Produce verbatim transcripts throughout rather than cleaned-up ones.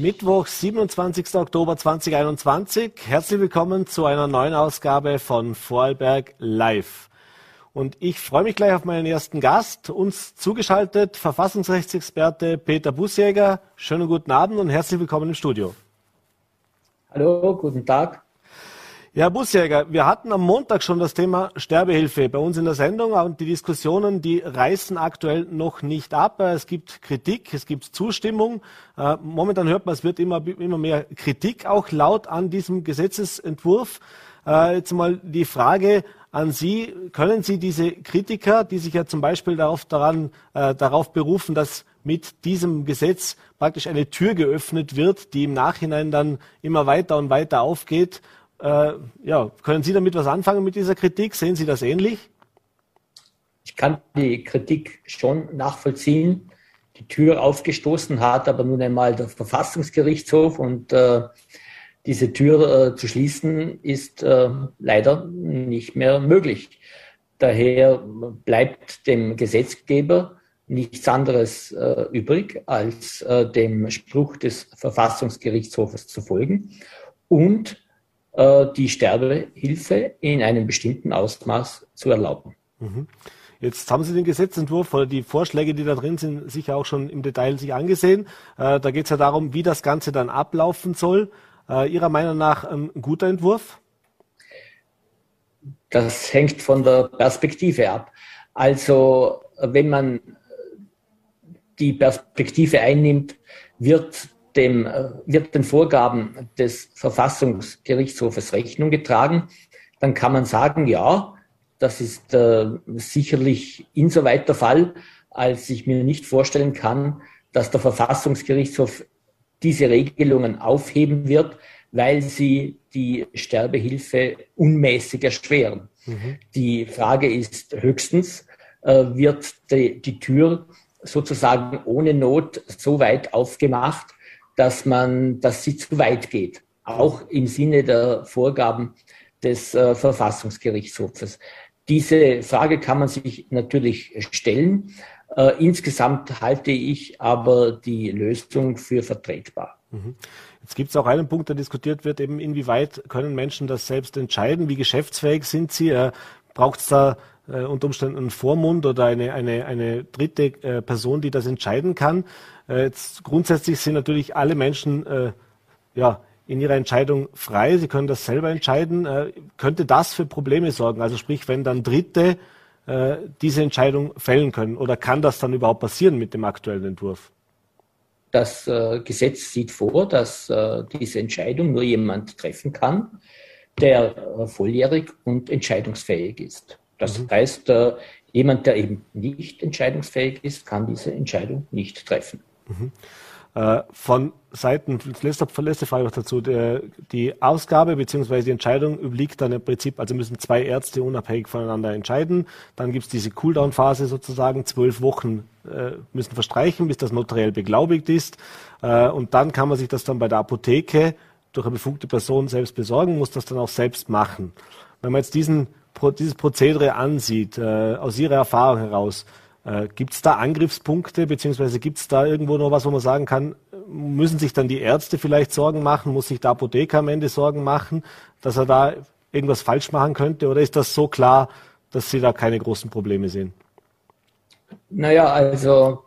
Mittwoch, siebenundzwanzigster Oktober zweitausendeinundzwanzig. Herzlich willkommen zu einer neuen Ausgabe von Vorarlberg Live. Und ich freue mich gleich auf meinen ersten Gast. Uns zugeschaltet Verfassungsrechtsexperte Peter Bussjäger. Schönen guten Abend und herzlich willkommen im Studio. Hallo, guten Tag. Ja, Herr Bussjäger, wir hatten am Montag schon das Thema Sterbehilfe bei uns in der Sendung und die Diskussionen, die reißen aktuell noch nicht ab. Es gibt Kritik, es gibt Zustimmung. Momentan hört man, es wird immer, immer mehr Kritik auch laut an diesem Gesetzesentwurf. Jetzt mal die Frage an Sie, können Sie diese Kritiker, die sich ja zum Beispiel darauf, daran, äh, darauf berufen, dass mit diesem Gesetz praktisch eine Tür geöffnet wird, die im Nachhinein dann immer weiter und weiter aufgeht, Äh, ja, können Sie damit was anfangen mit dieser Kritik? Sehen Sie das ähnlich? Ich kann die Kritik schon nachvollziehen. Die Tür aufgestoßen hat aber nun einmal der Verfassungsgerichtshof und äh, diese Tür äh, zu schließen ist äh, leider nicht mehr möglich. Daher bleibt dem Gesetzgeber nichts anderes äh, übrig, als äh, dem Spruch des Verfassungsgerichtshofes zu folgen und die Sterbehilfe in einem bestimmten Ausmaß zu erlauben. Jetzt haben Sie den Gesetzentwurf oder die Vorschläge, die da drin sind, sicher auch schon im Detail sich angesehen. Da geht es ja darum, wie das Ganze dann ablaufen soll. Ihrer Meinung nach ein guter Entwurf? Das hängt von der Perspektive ab. Also wenn man die Perspektive einnimmt, wird Dem, wird den Vorgaben des Verfassungsgerichtshofes Rechnung getragen, dann kann man sagen, ja, das ist äh, sicherlich insoweit der Fall, als ich mir nicht vorstellen kann, dass der Verfassungsgerichtshof diese Regelungen aufheben wird, weil sie die Sterbehilfe unmäßig erschweren. Mhm. Die Frage ist höchstens, äh, wird die, die Tür sozusagen ohne Not so weit aufgemacht, dass man, dass sie zu weit geht, auch im Sinne der Vorgaben des äh, Verfassungsgerichtshofes. Diese Frage kann man sich natürlich stellen. Äh, insgesamt halte ich aber die Lösung für vertretbar. Mhm. Jetzt gibt es auch einen Punkt, der diskutiert wird, eben inwieweit können Menschen das selbst entscheiden, wie geschäftsfähig sind sie, äh, braucht es da äh, unter Umständen einen Vormund oder eine, eine, eine dritte äh, Person, die das entscheiden kann. Äh, jetzt grundsätzlich sind natürlich alle Menschen äh, ja, in ihrer Entscheidung frei, sie können das selber entscheiden. Äh, könnte das für Probleme sorgen? Also sprich, wenn dann Dritte äh, diese Entscheidung fällen können, oder kann das dann überhaupt passieren mit dem aktuellen Entwurf? Das äh, Gesetz sieht vor, dass äh, diese Entscheidung nur jemand treffen kann, der äh, volljährig und entscheidungsfähig ist. Das mhm. heißt, äh, jemand, der eben nicht entscheidungsfähig ist, kann diese Entscheidung nicht treffen. Mhm. Äh, von Seiten, letzte, letzte Frage noch dazu, der, die Ausgabe bzw. die Entscheidung obliegt dann im Prinzip, also müssen zwei Ärzte unabhängig voneinander entscheiden, dann gibt es diese Cooldown-Phase sozusagen, zwölf Wochen äh, müssen verstreichen, bis das notariell beglaubigt ist, äh, und dann kann man sich das dann bei der Apotheke durch eine befugte Person selbst besorgen, muss das dann auch selbst machen. Wenn man jetzt diesen, dieses Prozedere ansieht, äh, aus Ihrer Erfahrung heraus, Äh, gibt es da Angriffspunkte, beziehungsweise gibt es da irgendwo noch was, wo man sagen kann, müssen sich dann die Ärzte vielleicht Sorgen machen, muss sich der Apotheker am Ende Sorgen machen, dass er da irgendwas falsch machen könnte, oder ist das so klar, dass Sie da keine großen Probleme sehen? Naja, also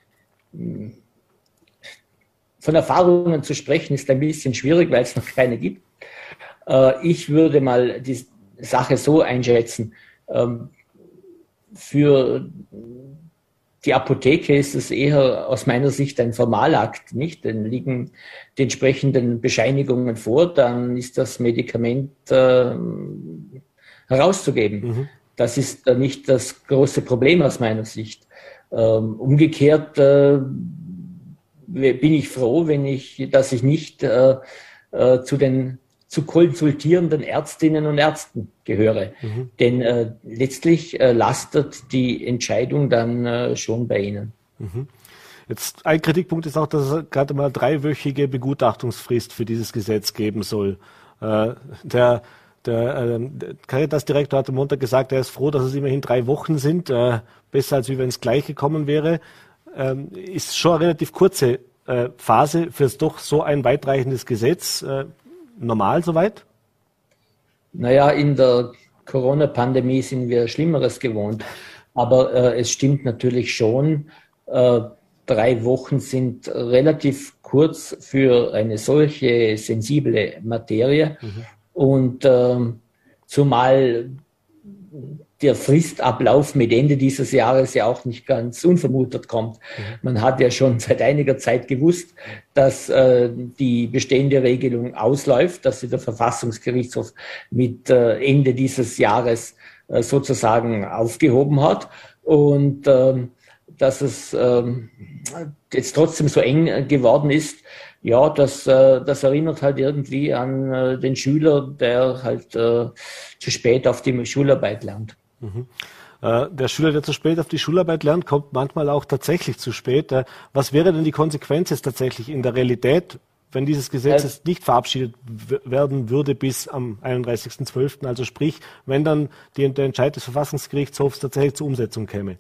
von Erfahrungen zu sprechen ist ein bisschen schwierig, weil es noch keine gibt. Äh, ich würde mal die Sache so einschätzen, ähm, für die Apotheke ist es eher aus meiner Sicht ein Formalakt, nicht? Dann liegen die entsprechenden Bescheinigungen vor, dann ist das Medikament äh, herauszugeben. Mhm. Das ist äh, nicht das große Problem aus meiner Sicht. Ähm, umgekehrt äh, bin ich froh, wenn ich, dass ich nicht äh, äh, zu den zu konsultierenden Ärztinnen und Ärzten gehöre. Mhm. Denn äh, letztlich äh, lastet die Entscheidung dann äh, schon bei ihnen. Mhm. Jetzt ein Kritikpunkt ist auch, dass es gerade mal dreiwöchige Begutachtungsfrist für dieses Gesetz geben soll. Äh, der der, äh, der Caritas-Direktor hat am Montag gesagt, er ist froh, dass es immerhin drei Wochen sind, äh, besser als wie wenn es gleich gekommen wäre. Ähm, ist schon eine relativ kurze äh, Phase für doch so ein weitreichendes Gesetz äh, normal soweit? Naja, in der Corona-Pandemie sind wir Schlimmeres gewohnt. Aber äh, es stimmt natürlich schon, äh, drei Wochen sind relativ kurz für eine solche sensible Materie. Mhm. Und äh, zumal der Fristablauf mit Ende dieses Jahres ja auch nicht ganz unvermutet kommt. Mhm. Man hat ja schon seit einiger Zeit gewusst, dass äh, die bestehende Regelung ausläuft, dass sie der Verfassungsgerichtshof mit äh, Ende dieses Jahres äh, sozusagen aufgehoben hat und äh, dass es äh, jetzt trotzdem so eng geworden ist. Ja, das, äh, das erinnert halt irgendwie an äh, den Schüler, der halt äh, zu spät auf die Schularbeit lernt. Mhm. Äh, der Schüler, der zu spät auf die Schularbeit lernt, kommt manchmal auch tatsächlich zu spät. Äh, was wäre denn die Konsequenz jetzt tatsächlich in der Realität, wenn dieses Gesetz jetzt nicht verabschiedet w- werden würde bis am einunddreißigsten zwölften? Also sprich, wenn dann die, der Entscheid des Verfassungsgerichtshofs tatsächlich zur Umsetzung käme?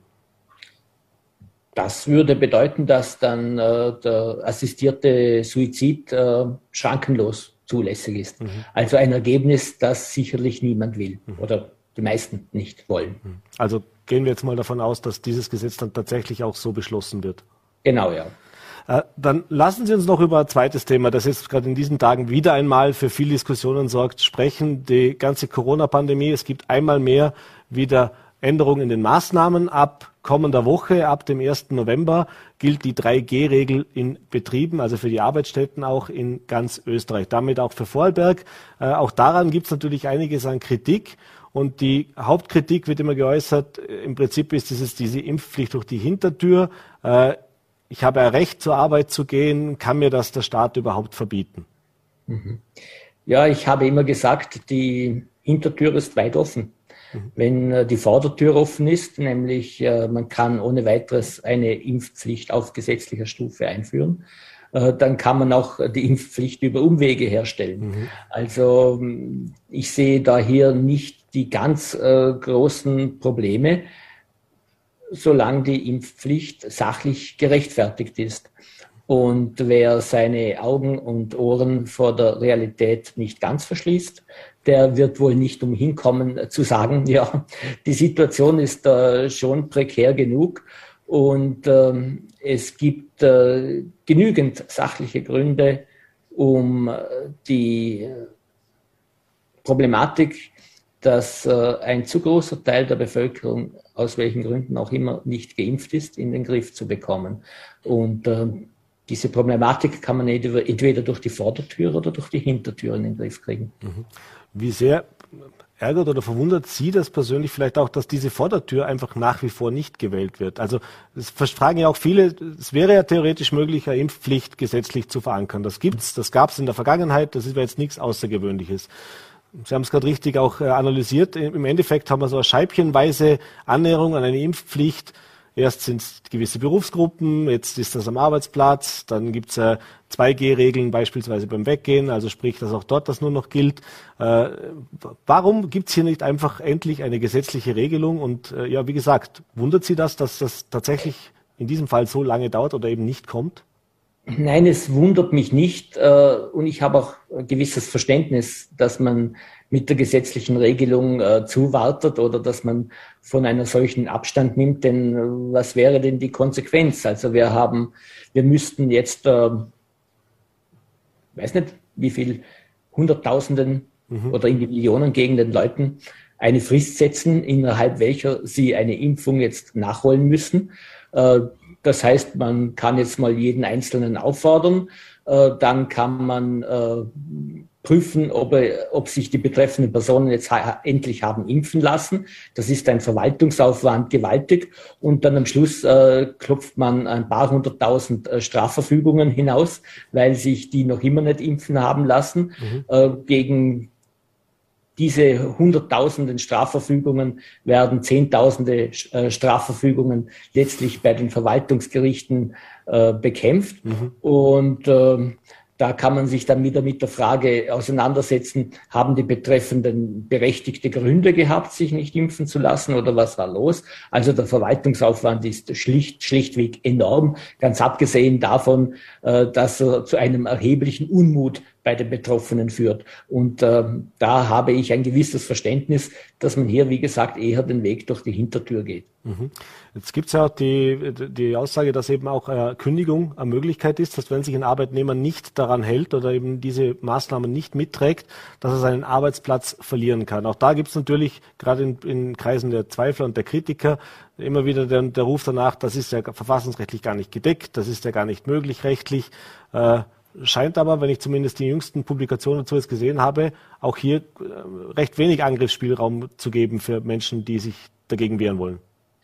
Das würde bedeuten, dass dann äh, der assistierte Suizid äh, schrankenlos zulässig ist. Mhm. Also ein Ergebnis, das sicherlich niemand will mhm. oder die meisten nicht wollen. Also gehen wir jetzt mal davon aus, dass dieses Gesetz dann tatsächlich auch so beschlossen wird. Genau, ja. Äh, dann lassen Sie uns noch über ein zweites Thema, das jetzt gerade in diesen Tagen wieder einmal für viel Diskussionen sorgt, sprechen. Die ganze Corona-Pandemie. Es gibt einmal mehr wieder Änderungen in den Maßnahmen. Ab kommender Woche, ab dem ersten November, gilt die drei G Regel in Betrieben, also für die Arbeitsstätten auch in ganz Österreich, damit auch für Vorarlberg. Äh, auch daran gibt es natürlich einiges an Kritik. Und die Hauptkritik wird immer geäußert, im Prinzip ist es diese Impfpflicht durch die Hintertür. Äh, ich habe ein Recht, zur Arbeit zu gehen, kann mir das der Staat überhaupt verbieten? Mhm. Ja, ich habe immer gesagt, die Hintertür ist weit offen. Mhm. Wenn äh, die Vordertür offen ist, nämlich äh, man kann ohne weiteres eine Impfpflicht auf gesetzlicher Stufe einführen, äh, dann kann man auch die Impfpflicht über Umwege herstellen. Mhm. Also ich sehe da hier nicht die ganz äh, großen Probleme, solange die Impfpflicht sachlich gerechtfertigt ist. Und wer seine Augen und Ohren vor der Realität nicht ganz verschließt, der wird wohl nicht umhin kommen zu sagen, ja, die Situation ist äh, schon prekär genug und ähm, es gibt äh, genügend sachliche Gründe, um äh, die Problematik, dass äh, ein zu großer Teil der Bevölkerung, aus welchen Gründen auch immer, nicht geimpft ist, in den Griff zu bekommen. Und äh, diese Problematik kann man entweder durch die Vordertür oder durch die Hintertür in den Griff kriegen. Wie sehr ärgert oder verwundert Sie das persönlich vielleicht auch, dass diese Vordertür einfach nach wie vor nicht gewählt wird? Also es fragen ja auch viele, es wäre ja theoretisch möglich, eine Impfpflicht gesetzlich zu verankern. Das gibt's, das gab es in der Vergangenheit, das ist jetzt nichts Außergewöhnliches. Sie haben es gerade richtig auch äh, analysiert. Im Endeffekt haben wir so eine scheibchenweise Annäherung an eine Impfpflicht. Erst sind es gewisse Berufsgruppen, jetzt ist das am Arbeitsplatz, dann gibt es äh, zwei G Regeln beispielsweise beim Weggehen, also sprich, dass auch dort das nur noch gilt. Äh, warum gibt es hier nicht einfach endlich eine gesetzliche Regelung? Und äh, ja, wie gesagt, wundert Sie das, dass das tatsächlich in diesem Fall so lange dauert oder eben nicht kommt? Nein, es wundert mich nicht äh, und ich habe auch ein gewisses Verständnis, dass man mit der gesetzlichen Regelung äh, zuwartet oder dass man von einer solchen Abstand nimmt, denn äh, was wäre denn die Konsequenz? Also wir haben, wir müssten jetzt, äh, weiß nicht, wie viel Hunderttausenden mhm. oder in die Millionen gehenden Leuten eine Frist setzen, innerhalb welcher sie eine Impfung jetzt nachholen müssen. Äh, Das heißt, man kann jetzt mal jeden Einzelnen auffordern, äh, dann kann man äh, prüfen, ob, er, ob sich die betreffenden Personen jetzt ha- endlich haben impfen lassen. Das ist ein Verwaltungsaufwand gewaltig und dann am Schluss äh, klopft man ein paar hunderttausend äh, Strafverfügungen hinaus, weil sich die noch immer nicht impfen haben lassen, mhm. äh, gegen diese hunderttausenden Strafverfügungen werden zehntausende äh, Strafverfügungen letztlich bei den Verwaltungsgerichten äh, bekämpft. Mhm. Und äh, Da kann man sich dann wieder mit der Frage auseinandersetzen, haben die Betreffenden berechtigte Gründe gehabt, sich nicht impfen zu lassen oder was war los? Also der Verwaltungsaufwand ist schlicht, schlichtweg enorm, ganz abgesehen davon, dass er zu einem erheblichen Unmut bei den Betroffenen führt. Und äh, da habe ich ein gewisses Verständnis, dass man hier, wie gesagt, eher den Weg durch die Hintertür geht. Mhm. Jetzt gibt es ja auch die, die Aussage, dass eben auch äh, Kündigung eine Möglichkeit ist, dass wenn sich ein Arbeitnehmer nicht daran hält oder eben diese Maßnahmen nicht mitträgt, dass er seinen Arbeitsplatz verlieren kann. Auch da gibt es natürlich gerade in, in Kreisen der Zweifler und der Kritiker immer wieder der, der Ruf danach, das ist ja verfassungsrechtlich gar nicht gedeckt, das ist ja gar nicht möglich rechtlich. Äh, Scheint aber, wenn ich zumindest die jüngsten Publikationen dazu jetzt gesehen habe, auch hier recht wenig Angriffsspielraum zu geben für Menschen, die sich dagegen wehren wollen.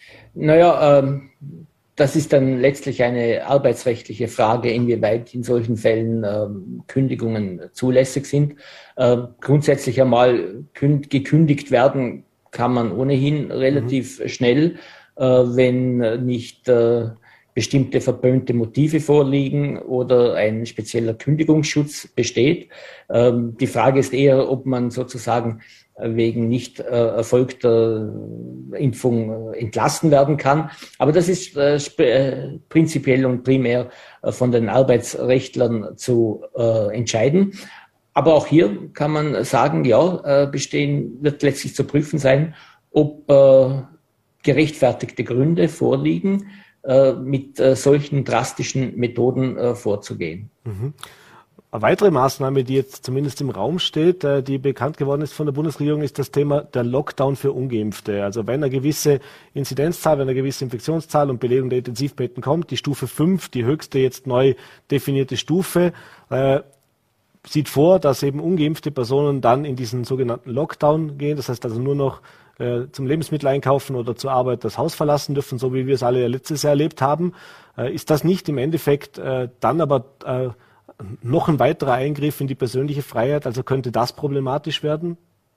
Naja, ähm, das ist dann letztlich eine arbeitsrechtliche Frage, inwieweit in solchen Fällen ähm, Kündigungen zulässig sind. Ähm, grundsätzlich einmal künd- gekündigt werden kann man ohnehin relativ mhm. schnell, äh, wenn nicht äh, bestimmte verpönte Motive vorliegen oder ein spezieller Kündigungsschutz besteht. Ähm, die Frage ist eher, ob man sozusagen wegen nicht äh, erfolgter Impfung äh, entlassen werden kann. Aber das ist äh, sp- prinzipiell und primär äh, von den Arbeitsrechtlern zu äh, entscheiden. Aber auch hier kann man sagen, ja, äh, bestehen wird letztlich zu prüfen sein, ob äh, gerechtfertigte Gründe vorliegen, mit äh, solchen drastischen Methoden äh, vorzugehen. Mhm. Eine weitere Maßnahme, die jetzt zumindest im Raum steht, äh, die bekannt geworden ist von der Bundesregierung, ist das Thema der Lockdown für Ungeimpfte. Also wenn eine gewisse Inzidenzzahl, wenn eine gewisse Infektionszahl und Belegung der Intensivbetten kommt, die Stufe fünf, die höchste jetzt neu definierte Stufe, äh, sieht vor, dass eben ungeimpfte Personen dann in diesen sogenannten Lockdown gehen. Das heißt also nur noch äh, zum Lebensmittel einkaufen oder zur Arbeit das Haus verlassen dürfen, so wie wir es alle letztes Jahr erlebt haben. Äh, ist das nicht im Endeffekt äh, dann aber äh, noch ein weiterer Eingriff in die persönliche Freiheit? Also könnte das problematisch werden?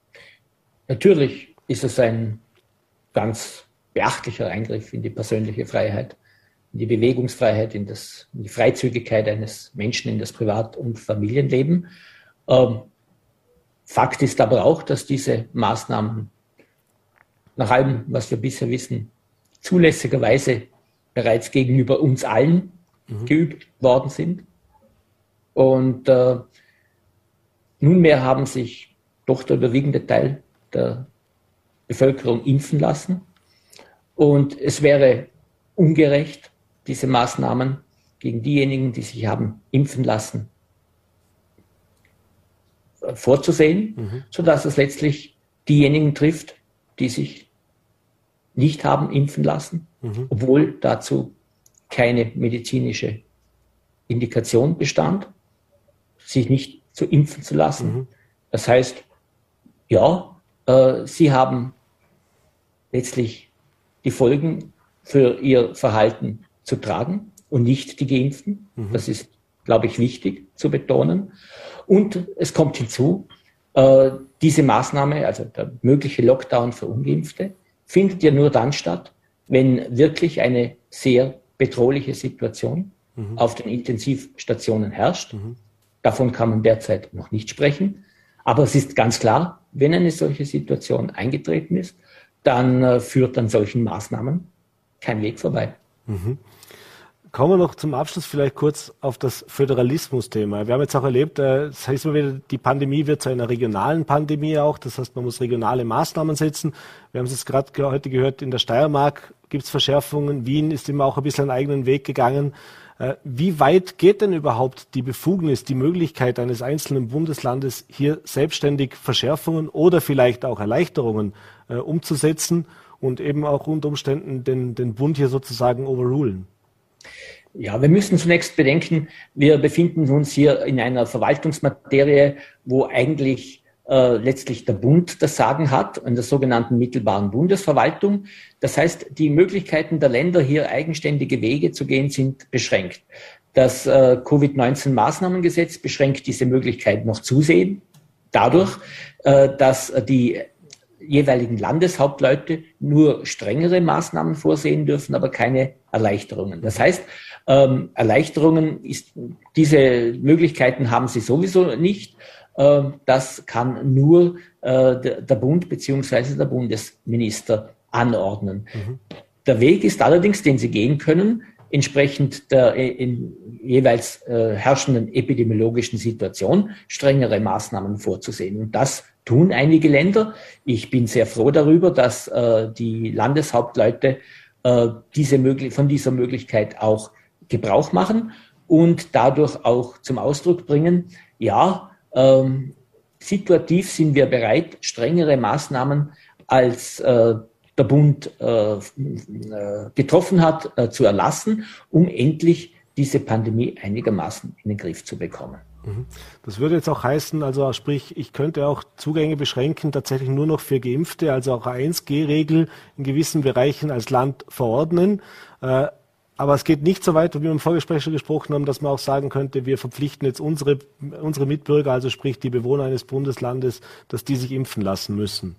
Natürlich ist es ein ganz beachtlicher Eingriff in die persönliche Freiheit, in die Bewegungsfreiheit, in, das, in die Freizügigkeit eines Menschen, in das Privat- und Familienleben. Ähm, Fakt ist aber auch, dass diese Maßnahmen nach allem, was wir bisher wissen, zulässigerweise bereits gegenüber uns allen mhm. geübt worden sind. Und äh, nunmehr haben sich doch der überwiegende Teil der Bevölkerung impfen lassen. Und es wäre ungerecht, diese Maßnahmen gegen diejenigen, die sich haben impfen lassen, vorzusehen, mhm. sodass es letztlich diejenigen trifft, die sich nicht haben impfen lassen, mhm. obwohl dazu keine medizinische Indikation bestand, sich nicht zu impfen zu lassen. Mhm. Das heißt, ja, äh, sie haben letztlich die Folgen für ihr Verhalten zu tragen und nicht die Geimpften. Mhm. Das ist, glaube ich, wichtig zu betonen. Und es kommt hinzu, äh, diese Maßnahme, also der mögliche Lockdown für Ungeimpfte, findet ja nur dann statt, wenn wirklich eine sehr bedrohliche Situation mhm. auf den Intensivstationen herrscht. Mhm. Davon kann man derzeit noch nicht sprechen. Aber es ist ganz klar, wenn eine solche Situation eingetreten ist, dann äh, führt an solchen Maßnahmen kein Weg vorbei. Mhm. Kommen wir noch zum Abschluss vielleicht kurz auf das Föderalismus-Thema. Wir haben jetzt auch erlebt, das heißt immer wieder, die Pandemie wird zu einer regionalen Pandemie auch. Das heißt, man muss regionale Maßnahmen setzen. Wir haben es jetzt gerade heute gehört, in der Steiermark gibt es Verschärfungen. Wien ist immer auch ein bisschen einen eigenen Weg gegangen. Wie weit geht denn überhaupt die Befugnis, die Möglichkeit eines einzelnen Bundeslandes, hier selbstständig Verschärfungen oder vielleicht auch Erleichterungen äh, umzusetzen und eben auch unter Umständen den, den Bund hier sozusagen overrulen? Ja, wir müssen zunächst bedenken, wir befinden uns hier in einer Verwaltungsmaterie, wo eigentlich äh, letztlich der Bund das Sagen hat, in der sogenannten mittelbaren Bundesverwaltung. Das heißt, die Möglichkeiten der Länder, hier eigenständige Wege zu gehen, sind beschränkt. Das äh, Covid neunzehn Maßnahmengesetz beschränkt diese Möglichkeit noch zusehends dadurch, äh, dass die jeweiligen Landeshauptleute nur strengere Maßnahmen vorsehen dürfen, aber keine Erleichterungen. Das heißt, Ähm, Erleichterungen, ist, diese Möglichkeiten haben sie sowieso nicht. Ähm, das kann nur äh, der, der Bund beziehungsweise der Bundesminister anordnen. Mhm. Der Weg ist allerdings, den sie gehen können, entsprechend der in jeweils äh, herrschenden epidemiologischen Situation strengere Maßnahmen vorzusehen. Und das tun einige Länder. Ich bin sehr froh darüber, dass äh, die Landeshauptleute äh, diese möglich- von dieser Möglichkeit auch Gebrauch machen und dadurch auch zum Ausdruck bringen, ja, ähm, situativ sind wir bereit, strengere Maßnahmen als äh, der Bund äh, getroffen hat, äh, zu erlassen, um endlich diese Pandemie einigermaßen in den Griff zu bekommen. Das würde jetzt auch heißen, also sprich, ich könnte auch Zugänge beschränken, tatsächlich nur noch für Geimpfte, also auch eine eins G Regel in gewissen Bereichen als Land verordnen. Äh, aber es geht nicht so weit, wie wir im Vorgespräch schon gesprochen haben, dass man auch sagen könnte, wir verpflichten jetzt unsere, unsere Mitbürger, also sprich die Bewohner eines Bundeslandes, dass die sich impfen lassen müssen.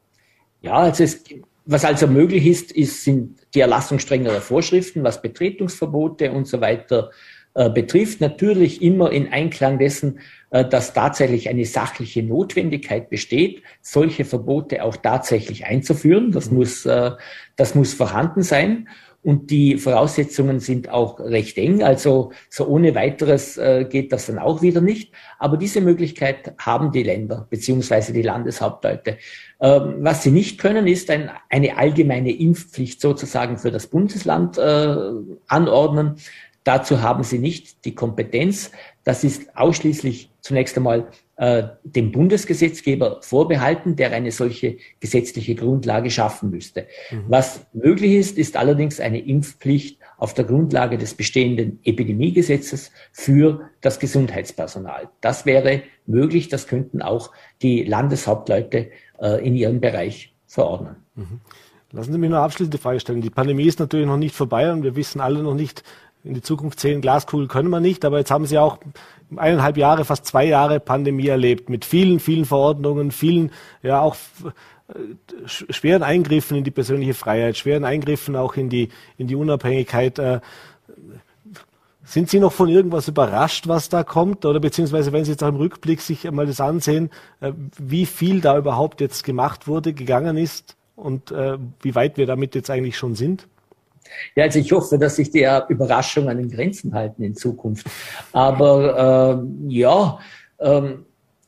Ja, also es Was also möglich ist, ist, sind die Erlassung strengerer Vorschriften, was Betretungsverbote und so weiter äh, betrifft. Natürlich immer in Einklang dessen, äh, dass tatsächlich eine sachliche Notwendigkeit besteht, solche Verbote auch tatsächlich einzuführen. Das mhm. muss, äh, das muss vorhanden sein. Und die Voraussetzungen sind auch recht eng. Also so ohne weiteres äh, geht das dann auch wieder nicht. Aber diese Möglichkeit haben die Länder beziehungsweise die Landeshauptleute. Ähm, was sie nicht können, ist ein, eine allgemeine Impfpflicht sozusagen für das Bundesland äh, anordnen. Dazu haben sie nicht die Kompetenz. Das ist ausschließlich zunächst einmal äh, dem Bundesgesetzgeber vorbehalten, der eine solche gesetzliche Grundlage schaffen müsste. Mhm. Was möglich ist, ist allerdings eine Impfpflicht auf der Grundlage des bestehenden Epidemiegesetzes für das Gesundheitspersonal. Das wäre möglich, das könnten auch die Landeshauptleute äh, in ihrem Bereich verordnen. Mhm. Lassen Sie mich noch abschließend die Frage stellen. Die Pandemie ist natürlich noch nicht vorbei und wir wissen alle noch nicht, in die Zukunft sehen, Glaskugel können wir nicht, aber jetzt haben Sie auch eineinhalb Jahre, fast zwei Jahre Pandemie erlebt, mit vielen, vielen Verordnungen, vielen, ja auch schweren Eingriffen in die persönliche Freiheit, schweren Eingriffen auch in die, in die Unabhängigkeit. Sind Sie noch von irgendwas überrascht, was da kommt? Oder beziehungsweise, wenn Sie jetzt auch im Rückblick sich einmal das ansehen, wie viel da überhaupt jetzt gemacht wurde, gegangen ist und wie weit wir damit jetzt eigentlich schon sind? Ja, also ich hoffe, dass sich die Überraschungen an den Grenzen halten in Zukunft. Aber ähm, ja, ähm,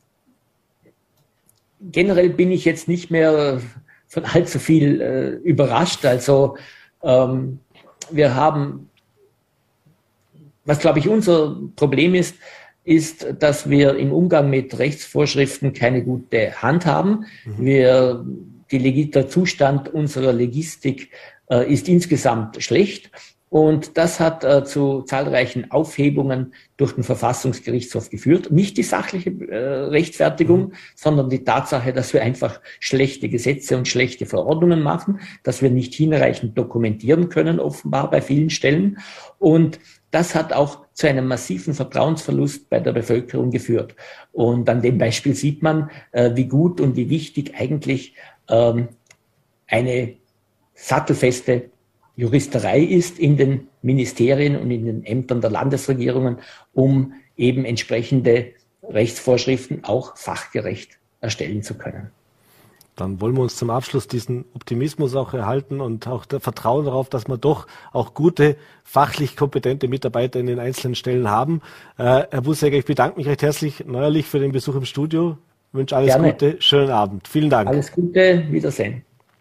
generell bin ich jetzt nicht mehr von allzu viel äh, überrascht. Also ähm, wir haben, was glaube ich unser Problem ist, ist, dass wir im Umgang mit Rechtsvorschriften keine gute Hand haben. Mhm. Wir, die, der Zustand unserer Logistik äh, ist insgesamt schlecht. Und das hat äh, zu zahlreichen Aufhebungen durch den Verfassungsgerichtshof geführt. Nicht die sachliche äh, Rechtfertigung, mhm. sondern die Tatsache, dass wir einfach schlechte Gesetze und schlechte Verordnungen machen, dass wir nicht hinreichend dokumentieren können, offenbar bei vielen Stellen. Und das hat auch zu einem massiven Vertrauensverlust bei der Bevölkerung geführt. Und an dem Beispiel sieht man, äh, wie gut und wie wichtig eigentlich ähm, eine sattelfeste Juristerei ist in den Ministerien und in den Ämtern der Landesregierungen, um eben entsprechende Rechtsvorschriften auch fachgerecht erstellen zu können. Dann wollen wir uns zum Abschluss diesen Optimismus auch erhalten und auch das Vertrauen darauf, dass wir doch auch gute, fachlich kompetente Mitarbeiter in den einzelnen Stellen haben. Äh, Herr Bussecker, ich bedanke mich recht herzlich neuerlich für den Besuch im Studio. Ich wünsche alles Gerne. Gute, schönen Abend. Vielen Dank. Alles Gute, Wiedersehen.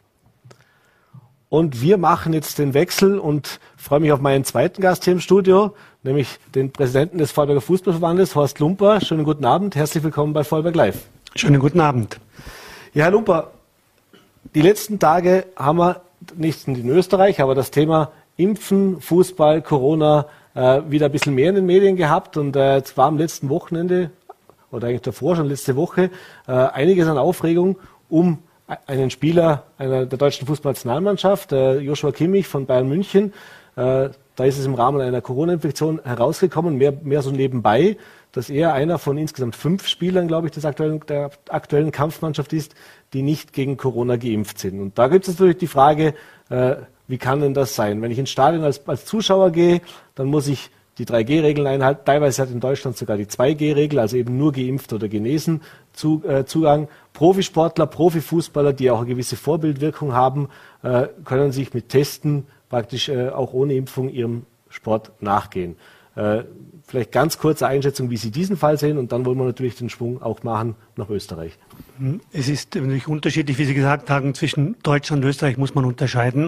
Und wir machen jetzt den Wechsel und freue mich auf meinen zweiten Gast hier im Studio, nämlich den Präsidenten des Vorarlberger Fußballverbandes, Horst Lumper. Schönen guten Abend, herzlich willkommen bei Vorarlberg Live. Schönen guten Abend. Ja, Herr Lumper, die letzten Tage haben wir nicht in Österreich, aber das Thema Impfen, Fußball, Corona äh, wieder ein bisschen mehr in den Medien gehabt. Und äh, es war am letzten Wochenende, oder eigentlich davor schon letzte Woche, äh, einiges an Aufregung um einen Spieler einer der deutschen Fußballnationalmannschaft, äh, Joshua Kimmich von Bayern München. Äh, da ist es im Rahmen einer Corona-Infektion herausgekommen, mehr, mehr so nebenbei, dass er einer von insgesamt fünf Spielern, glaube ich, des aktuellen, der aktuellen Kampfmannschaft ist, die nicht gegen Corona geimpft sind. Und da gibt es natürlich die Frage, äh, Wie kann denn das sein? Wenn ich ins Stadion als, als Zuschauer gehe, dann muss ich die drei G Regeln einhalten. Teilweise hat in Deutschland sogar die zwei G Regel, also eben nur geimpft oder genesen zu, äh, Zugang. Profisportler, Profifußballer, die auch eine gewisse Vorbildwirkung haben, äh, können sich mit Testen praktisch äh, auch ohne Impfung ihrem Sport nachgehen. Äh, vielleicht ganz kurze Einschätzung, wie Sie diesen Fall sehen, und dann wollen wir natürlich den Schwung auch machen nach Österreich. Es ist natürlich unterschiedlich, wie Sie gesagt haben, zwischen Deutschland und Österreich muss man unterscheiden.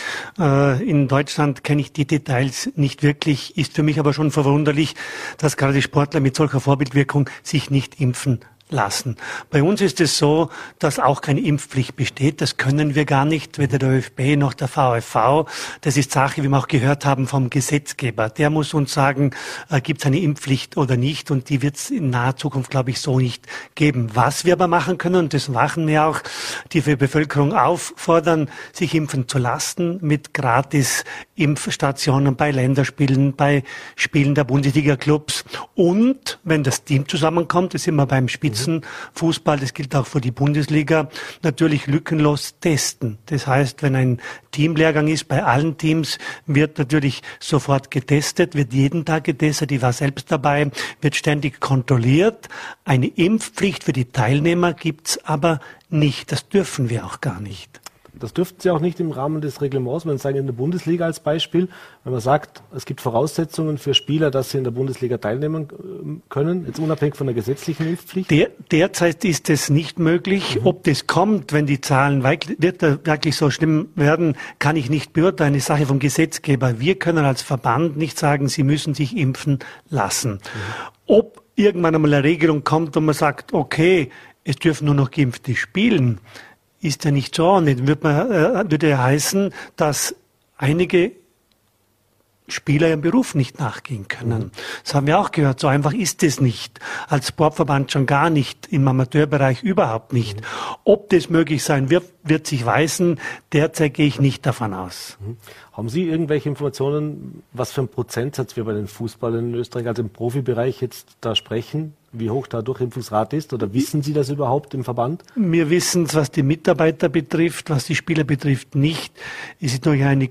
Äh, in Deutschland kenne ich die Details nicht wirklich, ist für mich aber schon verwunderlich, dass gerade Sportler mit solcher Vorbildwirkung sich nicht impfen lassen. Bei uns ist es so, dass auch keine Impfpflicht besteht. Das können wir gar nicht, weder der ÖFB noch der VfV. Das ist Sache, wie wir auch gehört haben, vom Gesetzgeber. Der muss uns sagen, äh, gibt es eine Impfpflicht oder nicht, und die wird es in naher Zukunft, glaube ich, so nicht geben. Was wir aber machen können, und das machen wir auch, die Bevölkerung auffordern, sich impfen zu lassen mit gratis Impfstationen bei Länderspielen, bei Spielen der Bundesliga-Clubs, und wenn das Team zusammenkommt, das sind wir beim Spitzen Fußball, das gilt auch für die Bundesliga, natürlich lückenlos testen. Das heißt, wenn ein Teamlehrgang ist, bei allen Teams wird natürlich sofort getestet, wird jeden Tag getestet, ich war selbst dabei, wird ständig kontrolliert. Eine Impfpflicht für die Teilnehmer gibt's aber nicht. Das dürfen wir auch gar nicht. Das dürften Sie auch nicht im Rahmen des Reglements. Man sagt in der Bundesliga als Beispiel, wenn man sagt, es gibt Voraussetzungen für Spieler, dass sie in der Bundesliga teilnehmen können, jetzt unabhängig von der gesetzlichen Impfpflicht? Der, derzeit ist es nicht möglich. Mhm. Ob das kommt, wenn die Zahlen wirklich so schlimm werden, kann ich nicht beurteilen. Eine Sache vom Gesetzgeber. Wir können als Verband nicht sagen, sie müssen sich impfen lassen. Mhm. Ob irgendwann einmal eine Regelung kommt, wo man sagt, okay, es dürfen nur noch Geimpfte spielen, ist ja nicht so. Nicht. Würde, man, äh, würde ja heißen, dass einige Spieler ihrem Beruf nicht nachgehen können. Mhm. Das haben wir auch gehört. So einfach ist es nicht. Als Sportverband schon gar nicht, im Amateurbereich überhaupt nicht. Mhm. Ob das möglich sein wird, wird sich weisen. Derzeit gehe ich nicht davon aus. Mhm. Haben Sie irgendwelche Informationen, was für ein Prozentsatz wir bei den Fußballern in Österreich, also im Profibereich jetzt da sprechen? Wie hoch da Durchimpfungsrate ist? Oder wissen Sie das überhaupt im Verband? Wir wissen es, was die Mitarbeiter betrifft, was die Spieler betrifft, nicht. Es ist noch ein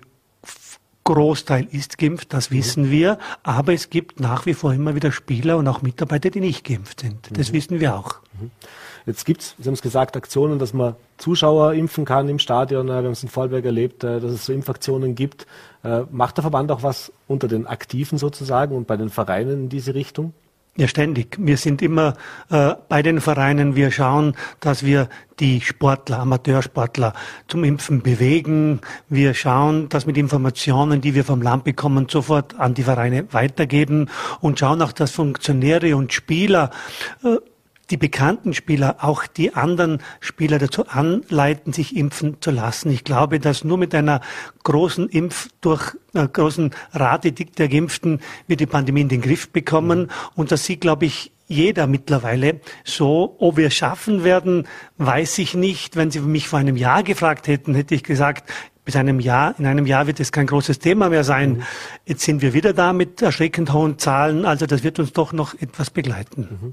Großteil ist geimpft, das wissen mhm. wir. Aber es gibt nach wie vor immer wieder Spieler und auch Mitarbeiter, die nicht geimpft sind. Das mhm. wissen wir auch. Mhm. Jetzt gibt es, Sie haben es gesagt, Aktionen, dass man Zuschauer impfen kann im Stadion. Wir haben es in Vorarlberg erlebt, dass es so Impfaktionen gibt. Macht der Verband auch was unter den Aktiven sozusagen und bei den Vereinen in diese Richtung? Ja, ständig. Wir sind immer äh, bei den Vereinen. Wir schauen, dass wir die Sportler, Amateursportler zum Impfen bewegen. Wir schauen, dass mit Informationen, die wir vom Land bekommen, sofort an die Vereine weitergeben und schauen auch, dass Funktionäre und Spieler, äh, die bekannten Spieler, auch die anderen Spieler dazu anleiten, sich impfen zu lassen. Ich glaube, dass nur mit einer großen Impf durch äh, großen Rate der Geimpften wir die Pandemie in den Griff bekommen. Mhm. Und das sieht, glaube ich, jeder mittlerweile so. Ob wir es schaffen werden, weiß ich nicht. Wenn Sie mich vor einem Jahr gefragt hätten, hätte ich gesagt, bis einem Jahr, in einem Jahr wird es kein großes Thema mehr sein. Mhm. Jetzt sind wir wieder da mit erschreckend hohen Zahlen. Also das wird uns doch noch etwas begleiten. Mhm.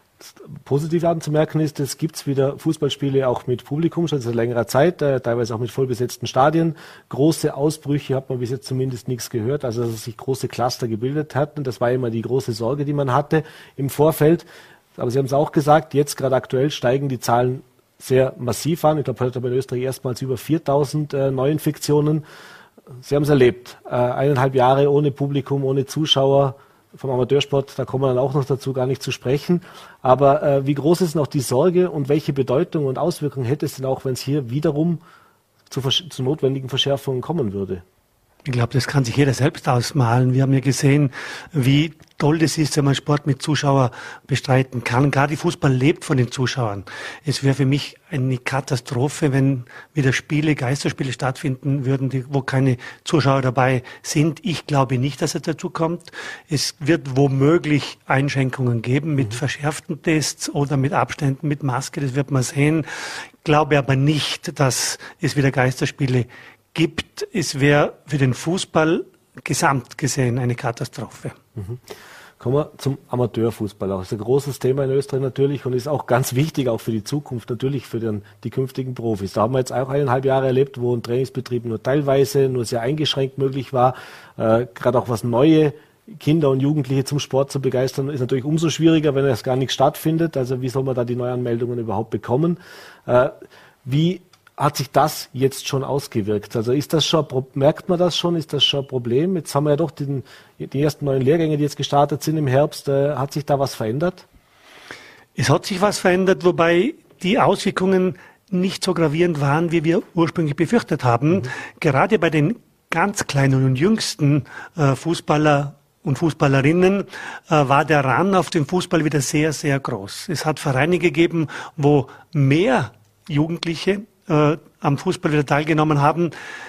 Positiv anzumerken ist, es gibt wieder Fußballspiele auch mit Publikum, schon seit längerer Zeit, äh, teilweise auch mit vollbesetzten Stadien. Große Ausbrüche hat man bis jetzt zumindest nichts gehört, also dass sich große Cluster gebildet hatten. Das war immer die große Sorge, die man hatte im Vorfeld. Aber Sie haben es auch gesagt, jetzt gerade aktuell steigen die Zahlen sehr massiv an. Ich glaube, heute haben wir in Österreich erstmals über viertausend äh, Neuinfektionen. Sie haben es erlebt, äh, eineinhalb Jahre ohne Publikum, ohne Zuschauer. Vom Amateursport, da kommen wir dann auch noch dazu, gar nicht zu sprechen. Aber äh, wie groß ist noch die Sorge und welche Bedeutung und Auswirkungen hätte es denn auch, wenn es hier wiederum zu, zu notwendigen Verschärfungen kommen würde? Ich glaube, das kann sich jeder selbst ausmalen. Wir haben ja gesehen, wie toll das ist, wenn man Sport mit Zuschauern bestreiten kann. Gerade Fußball lebt von den Zuschauern. Es wäre für mich eine Katastrophe, wenn wieder Spiele, Geisterspiele stattfinden würden, die, wo keine Zuschauer dabei sind. Ich glaube nicht, dass es dazu kommt. Es wird womöglich Einschränkungen geben mit mhm. verschärften Tests oder mit Abständen, mit Maske. Das wird man sehen. Ich glaube aber nicht, dass es wieder Geisterspiele gibt. Es wäre für den Fußball gesamt gesehen eine Katastrophe. Mhm. Kommen wir zum Amateurfußball. Das ist ein großes Thema in Österreich natürlich und ist auch ganz wichtig, auch für die Zukunft, natürlich für den, die künftigen Profis. Da haben wir jetzt auch eineinhalb Jahre erlebt, wo ein Trainingsbetrieb nur teilweise, nur sehr eingeschränkt möglich war. Äh, Gerade auch was neue Kinder und Jugendliche zum Sport zu begeistern, ist natürlich umso schwieriger, wenn es gar nicht stattfindet. Also wie soll man da die Neuanmeldungen überhaupt bekommen? Äh, wie hat sich das jetzt schon ausgewirkt? Also ist das schon, merkt man das schon? Ist das schon ein Problem? Jetzt haben wir ja doch den, die ersten neuen Lehrgänge, die jetzt gestartet sind im Herbst. Äh, hat sich da was verändert? Es hat sich was verändert, wobei die Auswirkungen nicht so gravierend waren, wie wir ursprünglich befürchtet haben. Mhm. Gerade bei den ganz kleinen und jüngsten äh, Fußballer und Fußballerinnen äh, war der Run auf den Fußball wieder sehr, sehr groß. Es hat Vereine gegeben, wo mehr Jugendliche äh, am Fußball wieder teilgenommen haben.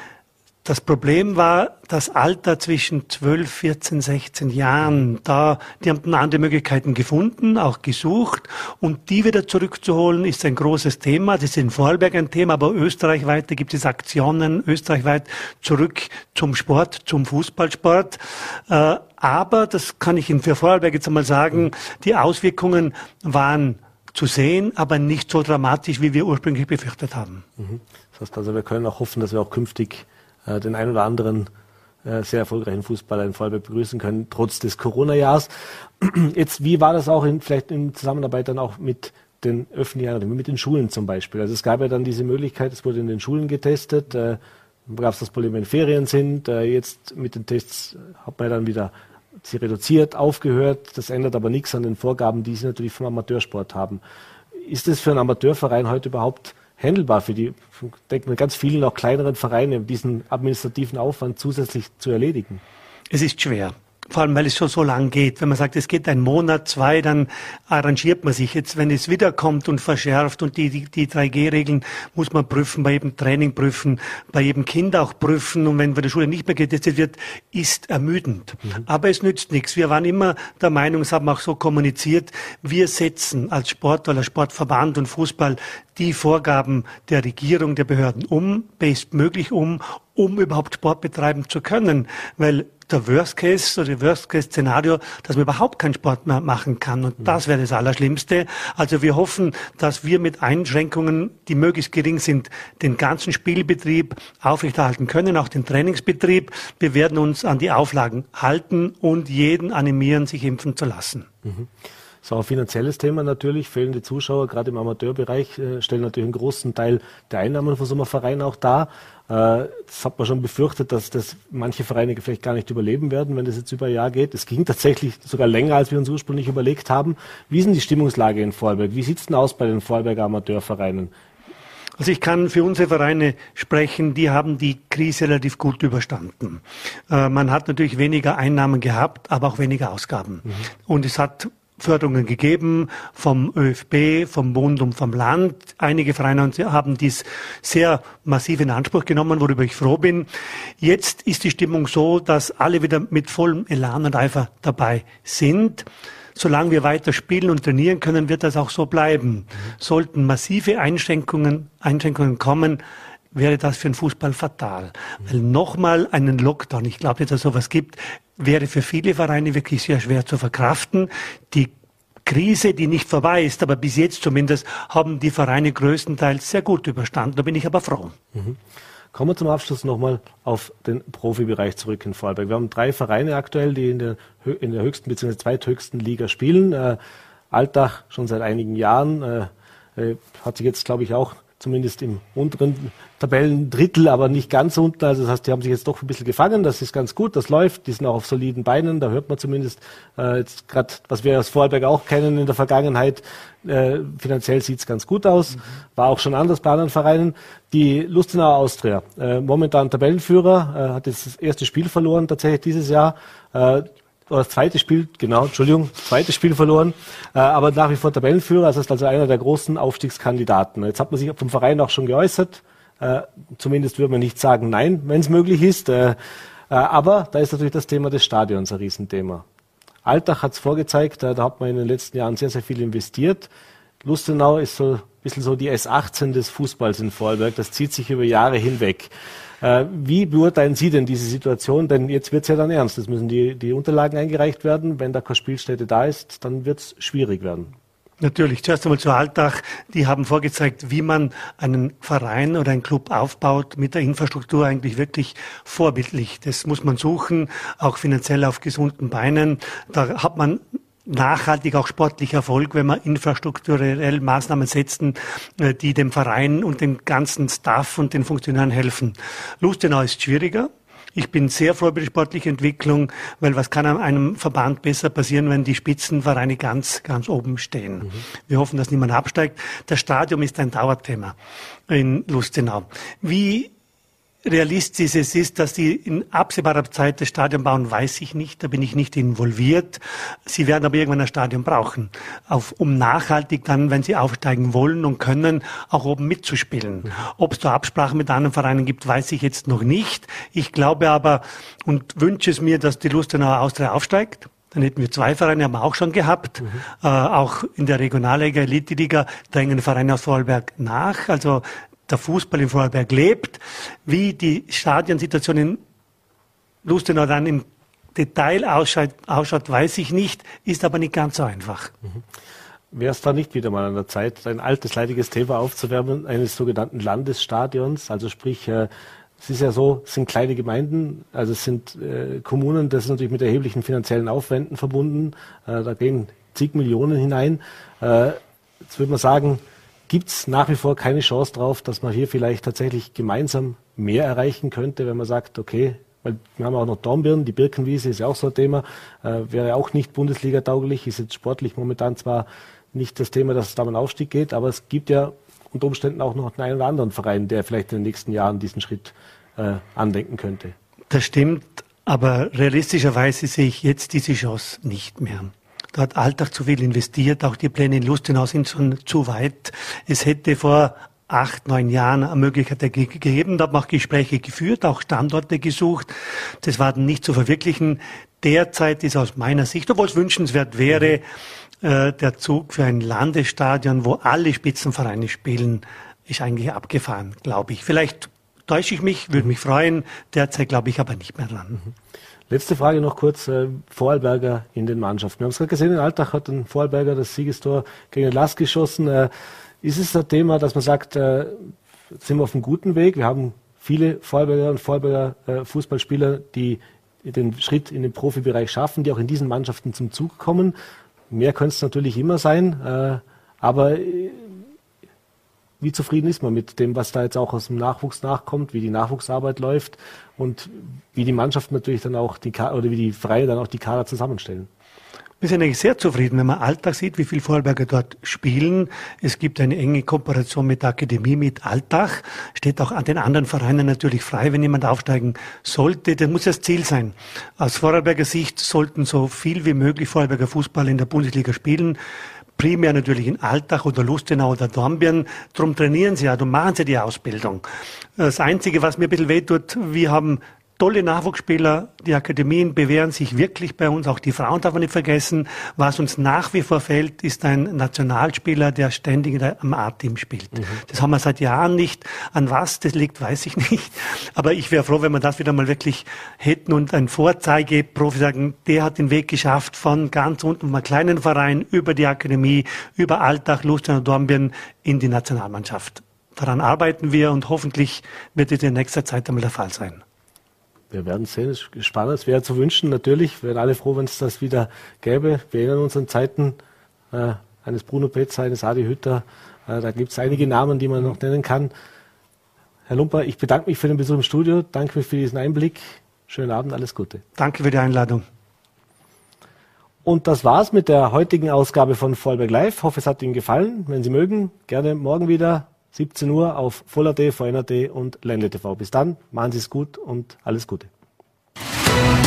Das Problem war das Alter zwischen zwölf, vierzehn, sechzehn Jahren. Da, die haben dann andere Möglichkeiten gefunden, auch gesucht. Und die wieder zurückzuholen, ist ein großes Thema. Das ist in Vorarlberg ein Thema, aber österreichweit, da gibt es Aktionen, österreichweit zurück zum Sport, zum Fußballsport. Äh, aber, das kann ich Ihnen für Vorarlberg jetzt einmal sagen, die Auswirkungen waren zu sehen, aber nicht so dramatisch, wie wir ursprünglich befürchtet haben. Das heißt also, wir können auch hoffen, dass wir auch künftig äh, den ein oder anderen äh, sehr erfolgreichen Fußballer in Vorarlberg begrüßen können, trotz des Corona-Jahres. Jetzt, wie war das auch in, vielleicht in Zusammenarbeit dann auch mit den öffentlichen, mit den Schulen zum Beispiel? Also es gab ja dann diese Möglichkeit, es wurde in den Schulen getestet, äh, gab es das Problem, wenn Ferien sind, äh, jetzt mit den Tests hat man ja dann wieder sie reduziert, aufgehört. Das ändert aber nichts an den Vorgaben, die sie natürlich vom Amateursport haben. Ist es für einen Amateurverein heute überhaupt handelbar für die, denken wir, ganz vielen auch kleineren Vereine, diesen administrativen Aufwand zusätzlich zu erledigen? Es ist schwer. Vor allem, weil es schon so lang geht. Wenn man sagt, es geht ein Monat, zwei, dann arrangiert man sich. Jetzt, wenn es wiederkommt und verschärft und die, die, die drei G Regeln muss man prüfen, bei jedem Training prüfen, bei jedem Kind auch prüfen. Und wenn bei der Schule nicht mehr getestet wird, ist ermüdend. Mhm. Aber es nützt nichts. Wir waren immer der Meinung, es haben auch so kommuniziert, wir setzen als Sport oder Sportverband und Fußball die Vorgaben der Regierung, der Behörden um, bestmöglich um, um überhaupt Sport betreiben zu können. Weil der Worst Case oder Worst Case Szenario, dass man überhaupt keinen Sport mehr machen kann. Und das wäre das Allerschlimmste. Also wir hoffen, dass wir mit Einschränkungen, die möglichst gering sind, den ganzen Spielbetrieb aufrechterhalten können, auch den Trainingsbetrieb. Wir werden uns an die Auflagen halten und jeden animieren, sich impfen zu lassen. Mhm. Das ist auch ein finanzielles Thema natürlich. Fehlende Zuschauer, gerade im Amateurbereich, äh, stellen natürlich einen großen Teil der Einnahmen von so einem Verein auch dar. Äh, das hat man schon befürchtet, dass das manche Vereine vielleicht gar nicht überleben werden, wenn das jetzt über ein Jahr geht. Es ging tatsächlich sogar länger, als wir uns ursprünglich überlegt haben. Wie ist denn die Stimmungslage in Vorarlberg? Wie sieht es denn aus bei den Vorarlberger Amateurvereinen? Also ich kann für unsere Vereine sprechen, die haben die Krise relativ gut überstanden. Äh, man hat natürlich weniger Einnahmen gehabt, aber auch weniger Ausgaben. Mhm. Und es hat Förderungen gegeben vom ÖFB, vom Bund und vom Land. Einige Vereine haben dies sehr massiv in Anspruch genommen, worüber ich froh bin. Jetzt ist die Stimmung so, dass alle wieder mit vollem Elan und Eifer dabei sind. Solange wir weiter spielen und trainieren können, wird das auch so bleiben. Mhm. Sollten massive Einschränkungen, Einschränkungen kommen, wäre das für den Fußball fatal. Mhm. Weil nochmal einen Lockdown, ich glaube nicht, dass es sowas gibt, wäre für viele Vereine wirklich sehr schwer zu verkraften. Die Krise, die nicht vorbei ist, aber bis jetzt zumindest, haben die Vereine größtenteils sehr gut überstanden. Da bin ich aber froh. Mhm. Kommen wir zum Abschluss nochmal auf den Profibereich zurück in Vorarlberg. Wir haben drei Vereine aktuell, die in der, in der höchsten bzw. zweithöchsten Liga spielen. Äh, Altach schon seit einigen Jahren, äh, hat sich jetzt, glaube ich, auch zumindest im unteren Tabellendrittel, aber nicht ganz unten. Also das heißt, die haben sich jetzt doch ein bisschen gefangen. Das ist ganz gut, das läuft. Die sind auch auf soliden Beinen. Da hört man zumindest äh, jetzt gerade, was wir aus Vorarlberg auch kennen in der Vergangenheit. Äh, finanziell sieht es ganz gut aus. Mhm. War auch schon anders bei anderen Vereinen. Die Lustenauer Austria, äh, momentan Tabellenführer, äh, hat jetzt das erste Spiel verloren tatsächlich dieses Jahr. Äh, Oder das zweite Spiel, genau, Entschuldigung, das zweite Spiel verloren, äh, aber nach wie vor Tabellenführer, das ist also einer der großen Aufstiegskandidaten. Jetzt hat man sich vom Verein auch schon geäußert, äh, zumindest würde man nicht sagen nein, wenn es möglich ist, äh, äh, aber da ist natürlich das Thema des Stadions ein Riesenthema. Altach hat es vorgezeigt, äh, da hat man in den letzten Jahren sehr, sehr viel investiert. Lustenau ist so bisschen so die S achtzehn des Fußballs in Vorarlberg. Das zieht sich über Jahre hinweg. Äh, wie beurteilen Sie denn diese Situation? Denn jetzt wird es ja dann ernst. Es müssen die, die Unterlagen eingereicht werden. Wenn da keine Spielstätte da ist, dann wird es schwierig werden. Natürlich. Zuerst einmal zu Altach. Die haben vorgezeigt, wie man einen Verein oder einen Club aufbaut mit der Infrastruktur eigentlich wirklich vorbildlich. Das muss man suchen, auch finanziell auf gesunden Beinen. Da hat man nachhaltig auch sportlich Erfolg, wenn man infrastrukturell Maßnahmen setzen, die dem Verein und dem ganzen Staff und den Funktionären helfen. Lustenau ist schwieriger. Ich bin sehr froh über die sportliche Entwicklung, weil was kann einem Verband besser passieren, wenn die Spitzenvereine ganz, ganz oben stehen. Mhm. Wir hoffen, dass niemand absteigt. Das Stadion ist ein Dauerthema in Lustenau. Wie realistisch es ist, dass die in absehbarer Zeit das Stadion bauen, weiß ich nicht. Da bin ich nicht involviert. Sie werden aber irgendwann ein Stadion brauchen, auf, um nachhaltig dann, wenn sie aufsteigen wollen und können, auch oben mitzuspielen. Mhm. Ob es da Absprachen mit anderen Vereinen gibt, weiß ich jetzt noch nicht. Ich glaube aber und wünsche es mir, dass die Lustenauer Austria aufsteigt. Dann hätten wir zwei Vereine, haben wir auch schon gehabt. Mhm. Äh, auch in der Regionalliga, Elite-Liga drängen Vereine aus Vorarlberg nach. Also der Fußball in Vorarlberg lebt. Wie die Stadionsituation in Lustenau dann im Detail ausschaut, ausschaut, weiß ich nicht, ist aber nicht ganz so einfach. Mhm. Wäre es da nicht wieder mal an der Zeit, ein altes, leidiges Thema aufzuwärmen, eines sogenannten Landesstadions? Also sprich, äh, es ist ja so, es sind kleine Gemeinden, also es sind äh, Kommunen, das ist natürlich mit erheblichen finanziellen Aufwänden verbunden. Äh, da gehen zig Millionen hinein. Äh, jetzt würde man sagen, gibt es nach wie vor keine Chance drauf, dass man hier vielleicht tatsächlich gemeinsam mehr erreichen könnte, wenn man sagt, okay, weil wir haben auch noch Dornbirn, die Birkenwiese ist ja auch so ein Thema, äh, wäre auch nicht Bundesliga-tauglich, ist jetzt sportlich momentan zwar nicht das Thema, dass es da um einen Aufstieg geht, aber es gibt ja unter Umständen auch noch einen oder anderen Verein, der vielleicht in den nächsten Jahren diesen Schritt äh, andenken könnte. Das stimmt, aber realistischerweise sehe ich jetzt diese Chance nicht mehr. Da hat Altach zu viel investiert, auch die Pläne in Lustenau sind schon zu weit. Es hätte vor acht, neun Jahren eine Möglichkeit gegeben, da hat man auch Gespräche geführt, auch Standorte gesucht. Das war dann nicht zu verwirklichen. Derzeit ist aus meiner Sicht, obwohl es wünschenswert wäre, äh, der Zug für ein Landesstadion, wo alle Spitzenvereine spielen, ist eigentlich abgefahren, glaube ich. Vielleicht täusche ich mich, würde mich freuen. Derzeit glaube ich aber nicht mehr dran. Mhm. Letzte Frage noch kurz, äh, Vorarlberger in den Mannschaften. Wir haben es gerade gesehen, in Altach hat ein Vorarlberger das Siegestor gegen den Lask geschossen. Äh, ist es ein Thema, dass man sagt, äh, sind wir auf einem guten Weg? Wir haben viele Vorarlberger und Vorarlberger äh, Fußballspieler, die den Schritt in den Profibereich schaffen, die auch in diesen Mannschaften zum Zug kommen. Mehr könnte es natürlich immer sein, äh, aber äh, wie zufrieden ist man mit dem, was da jetzt auch aus dem Nachwuchs nachkommt, wie die Nachwuchsarbeit läuft und wie die Mannschaft natürlich dann auch die Ka- oder wie die Vereine dann auch die Kader zusammenstellen? Wir sind eigentlich sehr zufrieden, wenn man Altach sieht, wie viele Vorarlberger dort spielen. Es gibt eine enge Kooperation mit der Akademie, mit Altach. Steht auch an den anderen Vereinen natürlich frei, wenn jemand aufsteigen sollte. Das muss das Ziel sein. Aus Vorarlberger Sicht sollten so viel wie möglich Vorarlberger Fußball in der Bundesliga spielen. Primär natürlich in Altach oder Lustenau oder Dornbirn. Darum trainieren sie ja, darum machen sie die Ausbildung. Das Einzige, was mir ein bisschen wehtut, wir haben tolle Nachwuchsspieler, die Akademien bewähren sich wirklich bei uns, auch die Frauen darf man nicht vergessen. Was uns nach wie vor fehlt, ist ein Nationalspieler, der ständig am A-Team spielt. Mhm. Das haben wir seit Jahren nicht. An was das liegt, weiß ich nicht. Aber ich wäre froh, wenn wir das wieder mal wirklich hätten und ein Vorzeigeprofi sagen, der hat den Weg geschafft von ganz unten, von einem kleinen Verein über die Akademie, über Altach, Lustenau, Dornbirn in die Nationalmannschaft. Daran arbeiten wir und hoffentlich wird es in nächster Zeit einmal der Fall sein. Wir werden sehen, es ist spannend, es wäre zu wünschen, natürlich. Wir wären alle froh, wenn es das wieder gäbe. Wir erinnern uns an Zeiten äh, eines Bruno Petzer, eines Adi Hütter. Äh, da gibt es einige Namen, die man noch nennen kann. Herr Lumper, ich bedanke mich für den Besuch im Studio. Danke für diesen Einblick. Schönen Abend, alles Gute. Danke für die Einladung. Und das war's mit der heutigen Ausgabe von Vorarlberg Live. Ich hoffe, es hat Ihnen gefallen. Wenn Sie mögen, gerne morgen wieder. siebzehn Uhr auf Voll punkt at, V N A T und Ländle T V. Bis dann, machen Sie es gut und alles Gute.